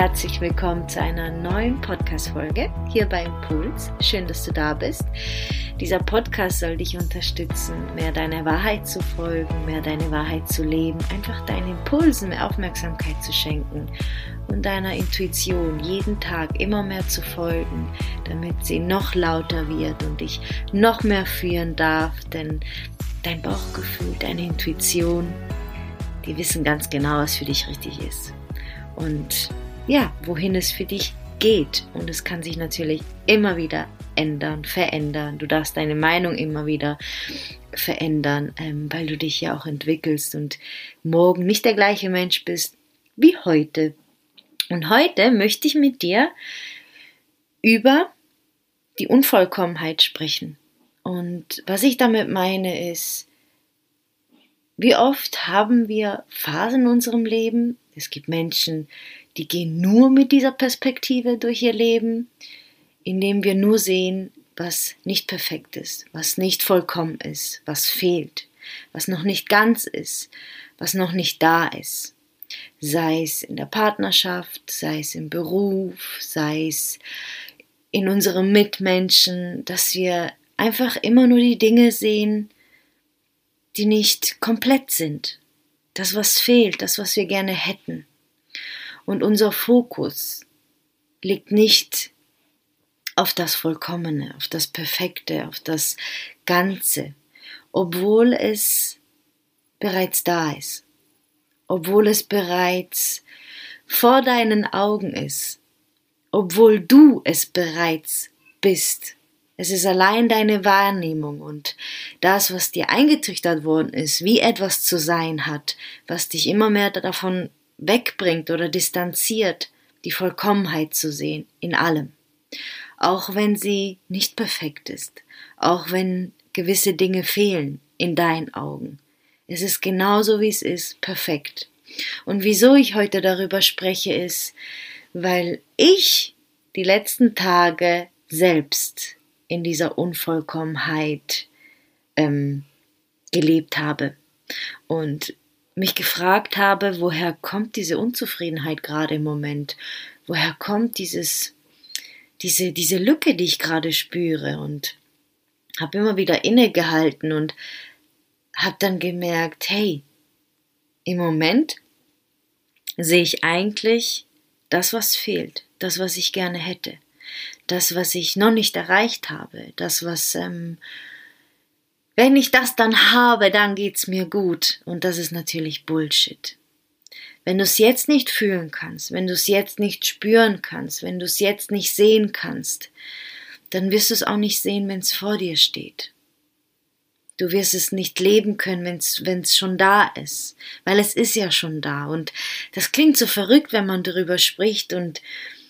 herzlich willkommen zu einer neuen Podcast-Folge hier bei Impuls. Schön, dass du da bist. Dieser Podcast soll dich unterstützen, mehr deiner Wahrheit zu folgen, mehr deine Wahrheit zu leben, einfach deinen Impulsen mehr Aufmerksamkeit zu schenken und deiner Intuition jeden Tag immer mehr zu folgen, damit sie noch lauter wird und dich noch mehr führen darf, denn dein Bauchgefühl, deine Intuition, die wissen ganz genau, was für dich richtig ist. Und ja, wohin es für dich geht. Und es kann sich natürlich immer wieder verändern. Du darfst deine Meinung immer wieder verändern, weil du dich ja auch entwickelst und morgen nicht der gleiche Mensch bist wie heute. Und heute möchte ich mit dir über die Unvollkommenheit sprechen. Und was ich damit meine ist, wie oft haben wir Phasen in unserem Leben? Es gibt Menschen, die gehen nur mit dieser Perspektive durch ihr Leben, indem wir nur sehen, was nicht perfekt ist, was nicht vollkommen ist, was fehlt, was noch nicht ganz ist, was noch nicht da ist. Sei es in der Partnerschaft, sei es im Beruf, sei es in unseren Mitmenschen, dass wir einfach immer nur die Dinge sehen, die nicht komplett sind. Das, was fehlt, das, was wir gerne hätten. Und unser Fokus liegt nicht auf das Vollkommene, auf das Perfekte, auf das Ganze, obwohl es bereits da ist, obwohl es bereits vor deinen Augen ist, obwohl du es bereits bist. Es ist allein deine Wahrnehmung und das, was dir eingetrichtert worden ist, wie etwas zu sein hat, was dich immer mehr davon wegbringt oder distanziert, die Vollkommenheit zu sehen in allem. Auch wenn sie nicht perfekt ist, auch wenn gewisse Dinge fehlen in deinen Augen. Es ist genauso, wie es ist, perfekt. Und wieso ich heute darüber spreche, ist, weil ich die letzten Tage selbst in dieser Unvollkommenheit gelebt habe und mich gefragt habe, woher kommt diese Unzufriedenheit gerade im Moment? Woher kommt diese Lücke, die ich gerade spüre? Und habe immer wieder innegehalten und habe dann gemerkt, hey, im Moment sehe ich eigentlich das, was fehlt, das, was ich gerne hätte. Das, was ich noch nicht erreicht habe, das, was, wenn ich das dann habe, dann geht's mir gut. Und das ist natürlich Bullshit. Wenn du es jetzt nicht fühlen kannst, wenn du es jetzt nicht spüren kannst, wenn du es jetzt nicht sehen kannst, dann wirst du es auch nicht sehen, wenn es vor dir steht. Du wirst es nicht leben können, wenn es schon da ist, weil es ist ja schon da. Und das klingt so verrückt, wenn man darüber spricht und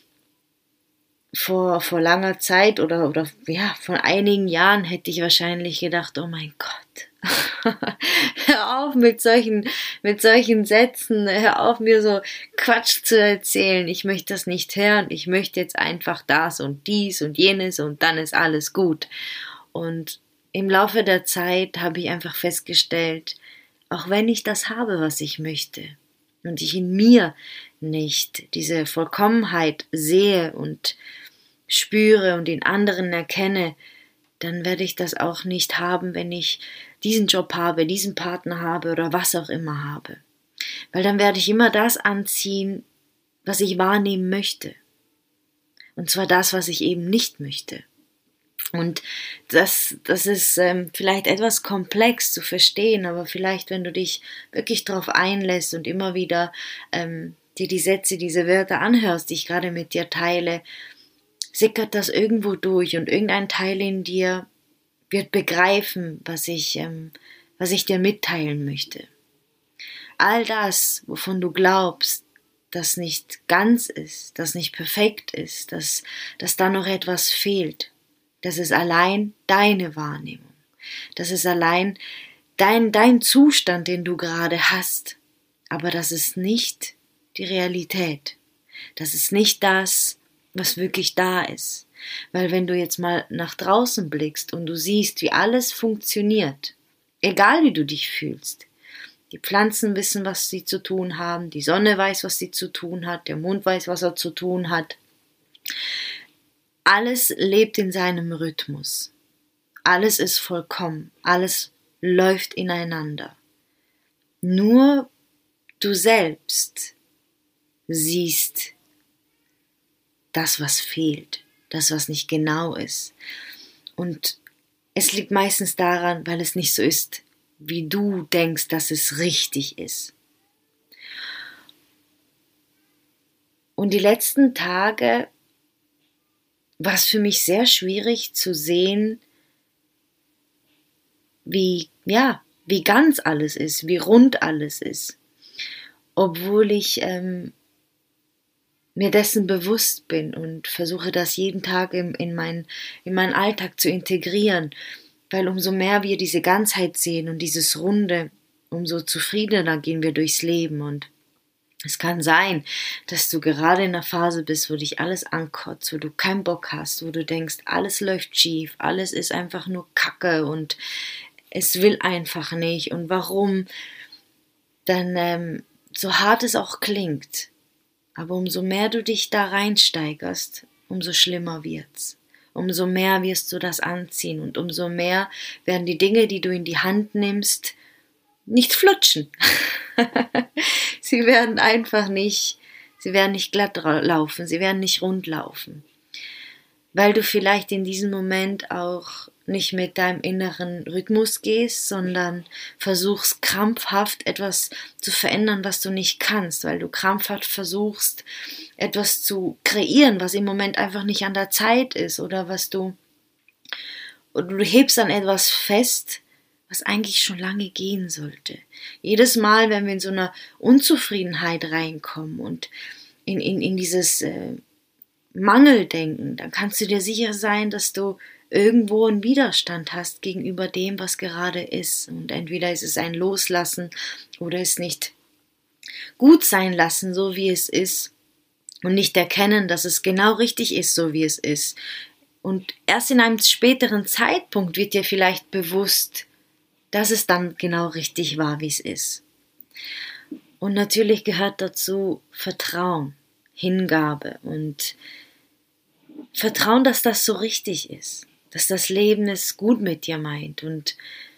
vor langer Zeit oder vor einigen Jahren hätte ich wahrscheinlich gedacht, oh mein Gott, hör auf mit solchen Sätzen, hör auf mir so Quatsch zu erzählen, ich möchte das nicht hören, ich möchte jetzt einfach das und dies und jenes und dann ist alles gut. Und im Laufe der Zeit habe ich einfach festgestellt, auch wenn ich das habe, was ich möchte und ich in mir nicht diese Vollkommenheit sehe und spüre und in anderen erkenne, dann werde ich das auch nicht haben, wenn ich diesen Job habe, diesen Partner habe oder was auch immer habe. Weil dann werde ich immer das anziehen, was ich wahrnehmen möchte. Und zwar das, was ich eben nicht möchte. Und das ist vielleicht etwas komplex zu verstehen, aber vielleicht, wenn du dich wirklich darauf einlässt und immer wieder dir die Sätze, diese Wörter anhörst, die ich gerade mit dir teile, sickert das irgendwo durch und irgendein Teil in dir wird begreifen, was ich dir mitteilen möchte. All das, wovon du glaubst, das nicht ganz ist, das nicht perfekt ist, dass da noch etwas fehlt, das ist allein deine Wahrnehmung. Das ist allein dein Zustand, den du gerade hast. Aber das ist nicht die Realität. Das ist nicht das, was wirklich da ist. Weil wenn du jetzt mal nach draußen blickst und du siehst, wie alles funktioniert, egal wie du dich fühlst, Die Pflanzen wissen, was sie zu tun haben, die Sonne weiß, was sie zu tun hat, der Mond weiß, was er zu tun hat. Alles lebt in seinem Rhythmus. Alles ist vollkommen, alles läuft ineinander. Nur du selbst siehst das, was fehlt, das, was nicht genau ist. Und es liegt meistens daran, weil es nicht so ist, wie du denkst, dass es richtig ist. Und die letzten Tage war es für mich sehr schwierig zu sehen, wie ganz alles ist, wie rund alles ist. Obwohl ich mir dessen bewusst bin und versuche das jeden Tag in meinen Alltag zu integrieren, weil umso mehr wir diese Ganzheit sehen und dieses Runde, umso zufriedener gehen wir durchs Leben. Und es kann sein, dass du gerade in einer Phase bist, wo dich alles ankotzt, wo du keinen Bock hast, wo du denkst, alles läuft schief, alles ist einfach nur Kacke und es will einfach nicht. Und warum? Dann, so hart es auch klingt, aber umso mehr du dich da reinsteigerst, umso schlimmer wird's. Umso mehr wirst du das anziehen und umso mehr werden die Dinge, die du in die Hand nimmst, nicht flutschen. Sie werden nicht glatt laufen, sie werden nicht rund laufen. Weil du vielleicht in diesem Moment auch nicht mit deinem inneren Rhythmus gehst, sondern versuchst krampfhaft etwas zu verändern, was du nicht kannst, weil du krampfhaft versuchst, etwas zu kreieren, was im Moment einfach nicht an der Zeit ist oder du hebst an etwas fest, was eigentlich schon lange gehen sollte. Jedes Mal, wenn wir in so einer Unzufriedenheit reinkommen und in dieses Mangeldenken, dann kannst du dir sicher sein, dass du irgendwo einen Widerstand hast gegenüber dem, was gerade ist. Und entweder ist es ein Loslassen oder es nicht gut sein lassen, so wie es ist. Und nicht erkennen, dass es genau richtig ist, so wie es ist. Und erst in einem späteren Zeitpunkt wird dir vielleicht bewusst, dass es dann genau richtig war, wie es ist. Und natürlich gehört dazu Vertrauen, Hingabe und Vertrauen, dass das so richtig ist, dass das Leben es gut mit dir meint und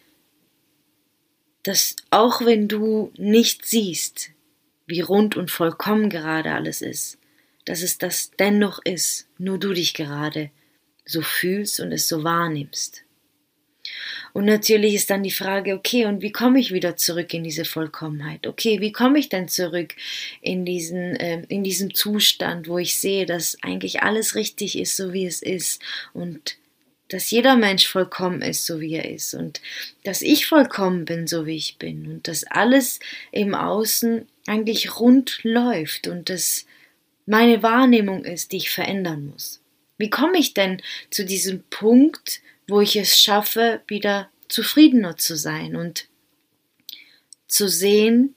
dass auch wenn du nicht siehst, wie rund und vollkommen gerade alles ist, dass es das dennoch ist, nur du dich gerade so fühlst und es so wahrnimmst. Und natürlich ist dann die Frage, okay, und wie komme ich wieder zurück in diese Vollkommenheit? Okay, wie komme ich denn zurück in diesem Zustand, wo ich sehe, dass eigentlich alles richtig ist, so wie es ist und dass jeder Mensch vollkommen ist, so wie er ist und dass ich vollkommen bin, so wie ich bin und dass alles im Außen eigentlich rund läuft und dass meine Wahrnehmung ist, die ich verändern muss. Wie komme ich denn zu diesem Punkt, wo ich es schaffe, wieder zufriedener zu sein und zu sehen,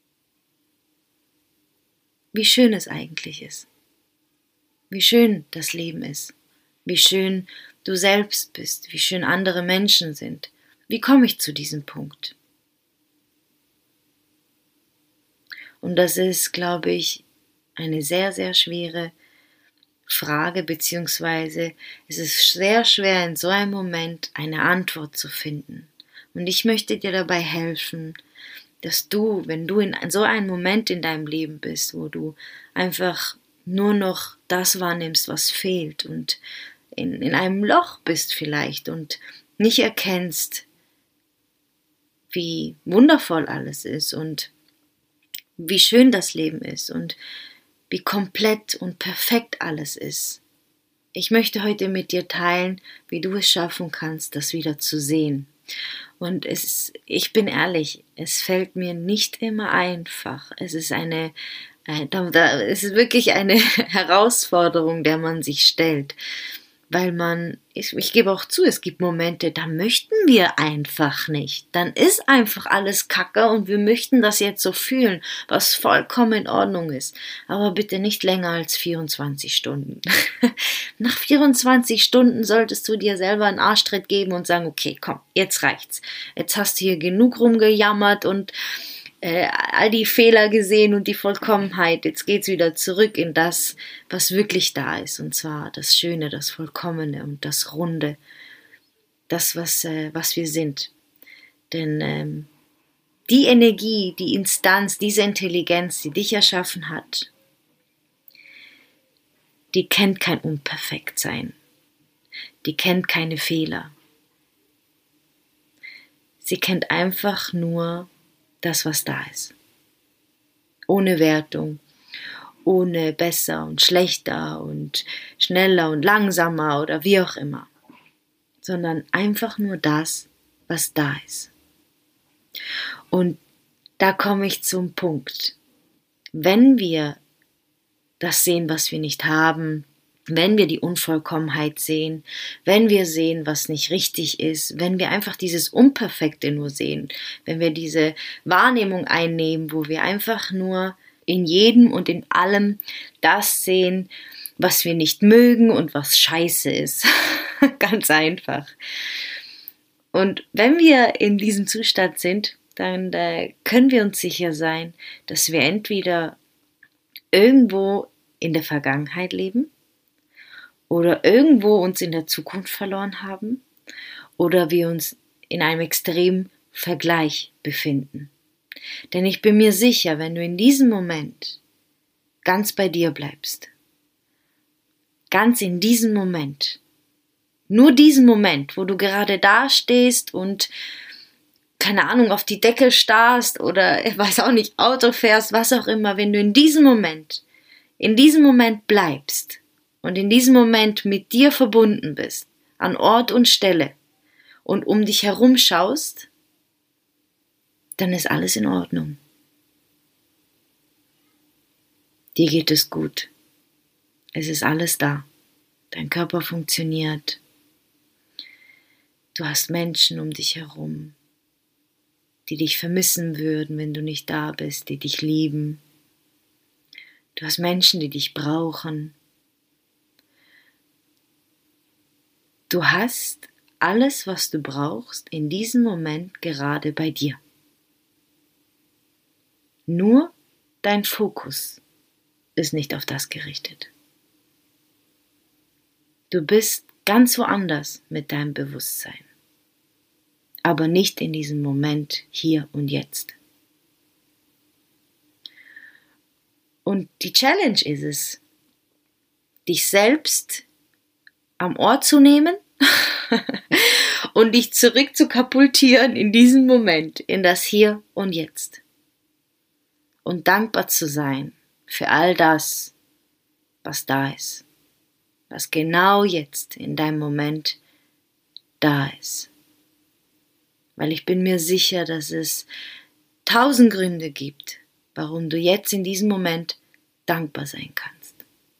wie schön es eigentlich ist, wie schön das Leben ist, wie schön du selbst bist, wie schön andere Menschen sind. Wie komme ich zu diesem Punkt? Und das ist, glaube ich, eine sehr, sehr schwere Frage, beziehungsweise es ist sehr schwer in so einem Moment eine Antwort zu finden. Und ich möchte dir dabei helfen, dass du, wenn du in so einem Moment in deinem Leben bist, wo du einfach nur noch das wahrnimmst, was fehlt und in einem Loch bist vielleicht und nicht erkennst, wie wundervoll alles ist und wie schön das Leben ist und wie komplett und perfekt alles ist. Ich möchte heute mit dir teilen, wie du es schaffen kannst, das wieder zu sehen. Und ich bin ehrlich, es fällt mir nicht immer einfach. Es ist wirklich eine Herausforderung, der man sich stellt. Weil ich gebe auch zu, es gibt Momente, da möchten wir einfach nicht. Dann ist einfach alles Kacke und wir möchten das jetzt so fühlen, was vollkommen in Ordnung ist. Aber bitte nicht länger als 24 Stunden. Nach 24 Stunden solltest du dir selber einen Arschtritt geben und sagen, okay, komm, jetzt reicht's. Jetzt hast du hier genug rumgejammert und all die Fehler gesehen und die Vollkommenheit. Jetzt geht's wieder zurück in das, was wirklich da ist. Und zwar das Schöne, das Vollkommene und das Runde. Das, was wir sind. Denn die Energie, die Instanz, diese Intelligenz, die dich erschaffen hat, die kennt kein Unperfektsein. Die kennt keine Fehler. Sie kennt einfach nur das, was da ist. Ohne Wertung, ohne besser und schlechter und schneller und langsamer oder wie auch immer. Sondern einfach nur das, was da ist. Und da komme ich zum Punkt. Wenn wir das sehen, was wir nicht haben, wenn wir die Unvollkommenheit sehen, wenn wir sehen, was nicht richtig ist, wenn wir einfach dieses Unperfekte nur sehen, wenn wir diese Wahrnehmung einnehmen, wo wir einfach nur in jedem und in allem das sehen, was wir nicht mögen und was scheiße ist. Ganz einfach. Und wenn wir in diesem Zustand sind, dann können wir uns sicher sein, dass wir entweder irgendwo in der Vergangenheit leben oder irgendwo uns in der Zukunft verloren haben oder wir uns in einem extremen Vergleich befinden. Denn ich bin mir sicher, wenn du in diesem Moment ganz bei dir bleibst, ganz in diesem Moment, nur diesen Moment, wo du gerade da stehst und keine Ahnung, auf die Decke starrst oder, ich weiß auch nicht, Auto fährst, was auch immer, wenn du in diesem Moment bleibst und in diesem Moment mit dir verbunden bist, an Ort und Stelle und um dich herum schaust, dann ist alles in Ordnung. Dir geht es gut. Es ist alles da. Dein Körper funktioniert. Du hast Menschen um dich herum, die dich vermissen würden, wenn du nicht da bist, die dich lieben. Du hast Menschen, die dich brauchen. Du hast alles, was du brauchst, in diesem Moment gerade bei dir. Nur dein Fokus ist nicht auf das gerichtet. Du bist ganz woanders mit deinem Bewusstsein. Aber nicht in diesem Moment, hier und jetzt. Und die Challenge ist es, dich selbst am Ort zu nehmen und dich zurück zu katapultieren in diesem Moment, in das Hier und Jetzt. Und dankbar zu sein für all das, was da ist, was genau jetzt in deinem Moment da ist. Weil ich bin mir sicher, dass es 1000 Gründe gibt, warum du jetzt in diesem Moment dankbar sein kannst.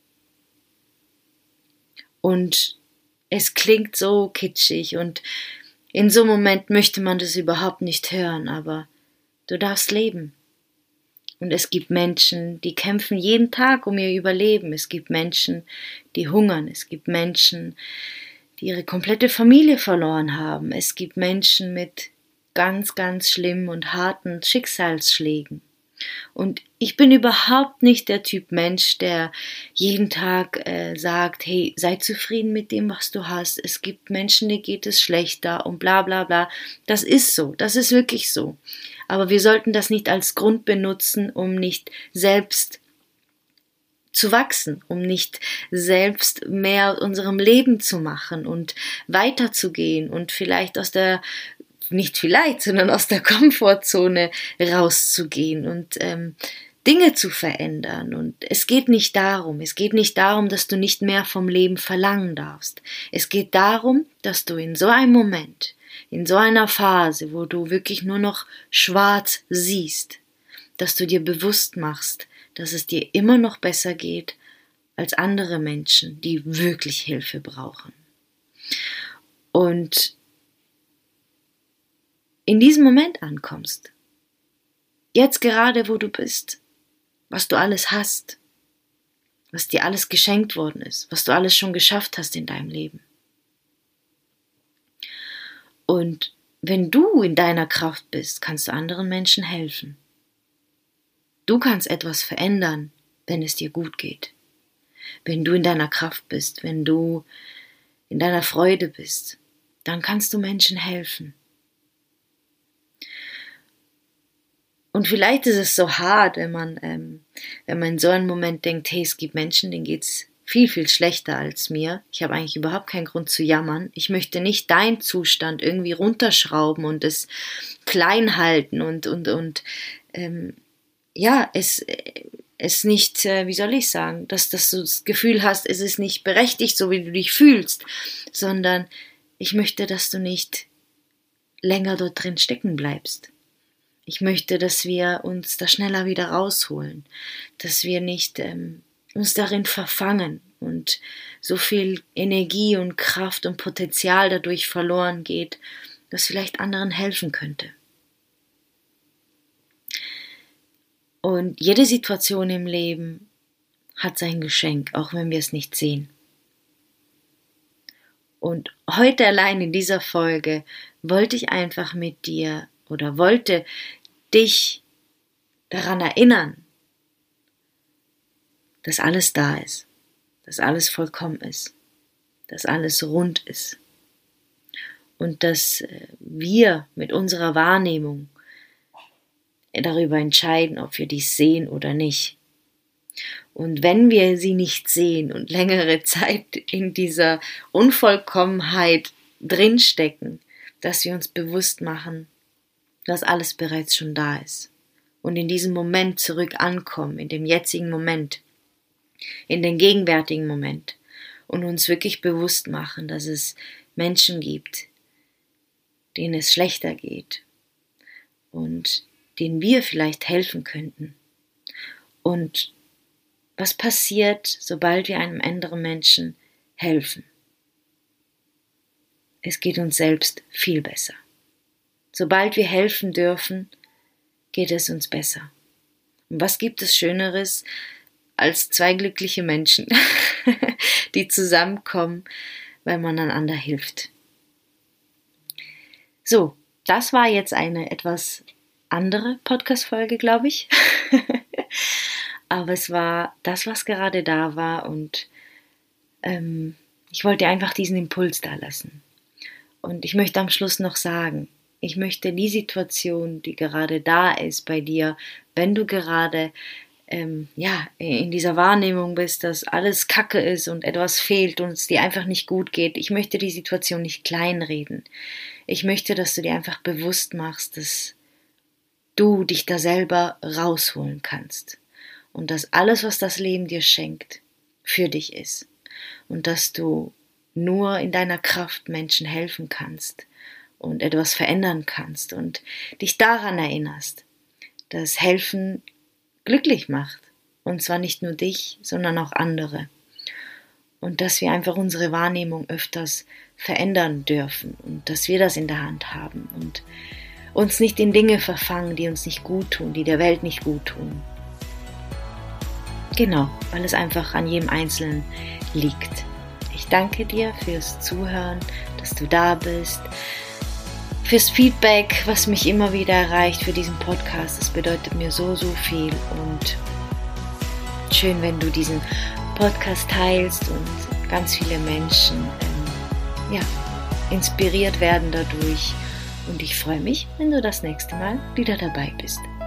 Und es klingt so kitschig und in so einem Moment möchte man das überhaupt nicht hören, aber du darfst leben. Und es gibt Menschen, die kämpfen jeden Tag um ihr Überleben. Es gibt Menschen, die hungern. Es gibt Menschen, die ihre komplette Familie verloren haben. Es gibt Menschen mit ganz, ganz schlimmen und harten Schicksalsschlägen. Und ich bin überhaupt nicht der Typ Mensch, der jeden Tag sagt, hey, sei zufrieden mit dem, was du hast. Es gibt Menschen, denen geht es schlechter und bla bla bla. Das ist so, das ist wirklich so. Aber wir sollten das nicht als Grund benutzen, um nicht selbst zu wachsen, um nicht selbst mehr aus unserem Leben zu machen und weiterzugehen und vielleicht sondern aus der Komfortzone rauszugehen und Dinge zu verändern. Und es geht nicht darum, dass du nicht mehr vom Leben verlangen darfst. Es geht darum, dass du in so einem Moment, in so einer Phase, wo du wirklich nur noch schwarz siehst, dass du dir bewusst machst, dass es dir immer noch besser geht als andere Menschen, die wirklich Hilfe brauchen. Und in diesem Moment ankommst, jetzt gerade wo du bist, was du alles hast, was dir alles geschenkt worden ist, was du alles schon geschafft hast in deinem Leben. Und wenn du in deiner Kraft bist, kannst du anderen Menschen helfen. Du kannst etwas verändern, wenn es dir gut geht. Wenn du in deiner Kraft bist, wenn du in deiner Freude bist, dann kannst du Menschen helfen. Und vielleicht ist es so hart, wenn man in so einem Moment denkt, hey, es gibt Menschen, denen geht's viel, viel schlechter als mir. Ich habe eigentlich überhaupt keinen Grund zu jammern. Ich möchte nicht deinen Zustand irgendwie runterschrauben und es klein halten und es nicht, wie soll ich sagen, dass du das Gefühl hast, es ist nicht berechtigt, so wie du dich fühlst, sondern ich möchte, dass du nicht länger dort drin stecken bleibst. Ich möchte, dass wir uns da schneller wieder rausholen, dass wir nicht uns darin verfangen und so viel Energie und Kraft und Potenzial dadurch verloren geht, das vielleicht anderen helfen könnte. Und jede Situation im Leben hat sein Geschenk, auch wenn wir es nicht sehen. Und heute allein in dieser Folge wollte ich einfach mit dir oder wollte dich daran erinnern, dass alles da ist, dass alles vollkommen ist, dass alles rund ist und dass wir mit unserer Wahrnehmung darüber entscheiden, ob wir dies sehen oder nicht. Und wenn wir sie nicht sehen und längere Zeit in dieser Unvollkommenheit drinstecken, dass wir uns bewusst machen, dass alles bereits schon da ist. Und in diesem Moment zurück ankommen, in dem jetzigen Moment, in den gegenwärtigen Moment und uns wirklich bewusst machen, dass es Menschen gibt, denen es schlechter geht und denen wir vielleicht helfen könnten. Und was passiert, sobald wir einem anderen Menschen helfen? Es geht uns selbst viel besser. Sobald wir helfen dürfen, geht es uns besser. Und was gibt es Schöneres als zwei glückliche Menschen, die zusammenkommen, weil man einander hilft? So, das war jetzt eine etwas andere Podcast-Folge, glaube ich. Aber es war das, was gerade da war und ich wollte einfach diesen Impuls da lassen. Und ich möchte am Schluss noch sagen, ich möchte die Situation, die gerade da ist bei dir, wenn du gerade in dieser Wahrnehmung bist, dass alles Kacke ist und etwas fehlt und es dir einfach nicht gut geht, ich möchte die Situation nicht kleinreden. Ich möchte, dass du dir einfach bewusst machst, dass du dich da selber rausholen kannst und dass alles, was das Leben dir schenkt, für dich ist und dass du nur in deiner Kraft Menschen helfen kannst und etwas verändern kannst und dich daran erinnerst, dass Helfen glücklich macht und zwar nicht nur dich, sondern auch andere und dass wir einfach unsere Wahrnehmung öfters verändern dürfen und dass wir das in der Hand haben und uns nicht in Dinge verfangen, die uns nicht gut tun, die der Welt nicht gut tun. Genau, weil es einfach an jedem Einzelnen liegt. Ich danke dir fürs Zuhören, dass du da bist, fürs Feedback, was mich immer wieder erreicht für diesen Podcast. Das bedeutet mir so, so viel und schön, wenn du diesen Podcast teilst und ganz viele Menschen inspiriert werden dadurch. Und ich freue mich, wenn du das nächste Mal wieder dabei bist.